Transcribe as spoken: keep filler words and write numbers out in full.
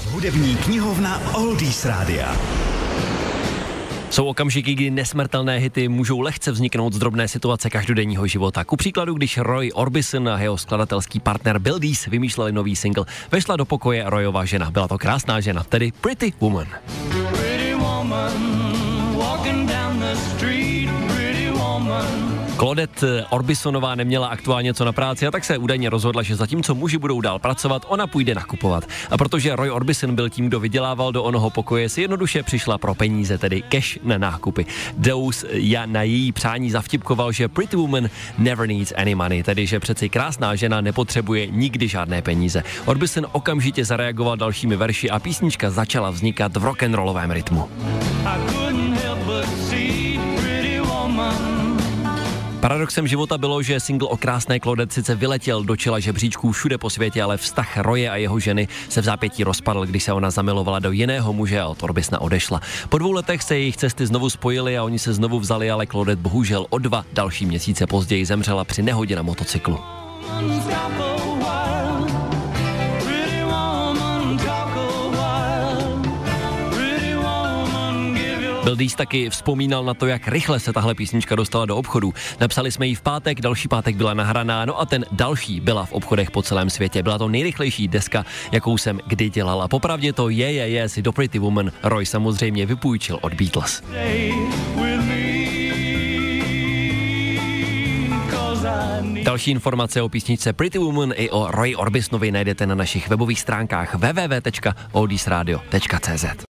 Hudební knihovna Oldies Rádia. Jsou okamžiky, kdy nesmrtelné hity můžou lehce vzniknout z drobné situace každodenního života. Ku příkladu, když Roy Orbison a jeho skladatelský partner Bill Dees vymýšleli nový single, vešla do pokoje Royova žena. Byla to krásná žena, tedy Pretty Woman. Pretty woman, walking down the street, pretty woman. Claudette Orbisonová neměla aktuálně co na práci a tak se údajně rozhodla, že zatímco muži budou dál pracovat, ona půjde nakupovat. A protože Roy Orbison byl tím, kdo vydělával do onoho pokoje, si jednoduše přišla pro peníze, tedy cash na nákupy. Deus ja na její přání zavtipkoval, že Pretty Woman never needs any money, tedy že přeci krásná žena nepotřebuje nikdy žádné peníze. Orbison okamžitě zareagoval dalšími verši a písnička začala vznikat v rock'n'rollovém rytmu. Paradoxem života bylo, že single o krásné Claudette sice vyletěl do čela žebříčků všude po světě, ale vztah Roye a jeho ženy se v zápětí rozpadl, když se ona zamilovala do jiného muže a od Orbisona odešla. Po dvou letech se jejich cesty znovu spojily a oni se znovu vzali, ale Claudette bohužel o dva další měsíce později zemřela při nehodě na motocyklu. Bill Dees taky vzpomínal na to, jak rychle se tahle písnička dostala do obchodu. Napsali jsme ji v pátek, další pátek byla nahraná, no a ten další byla v obchodech po celém světě. Byla to nejrychlejší deska, jakou jsem kdy dělala. Popravdě to je, je, je, si do Pretty Woman Roy samozřejmě vypůjčil od Beatles. Další informace o písničce Pretty Woman i o Roy Orbisonovi najdete na našich webových stránkách w w w tečka oldies radio tečka c z.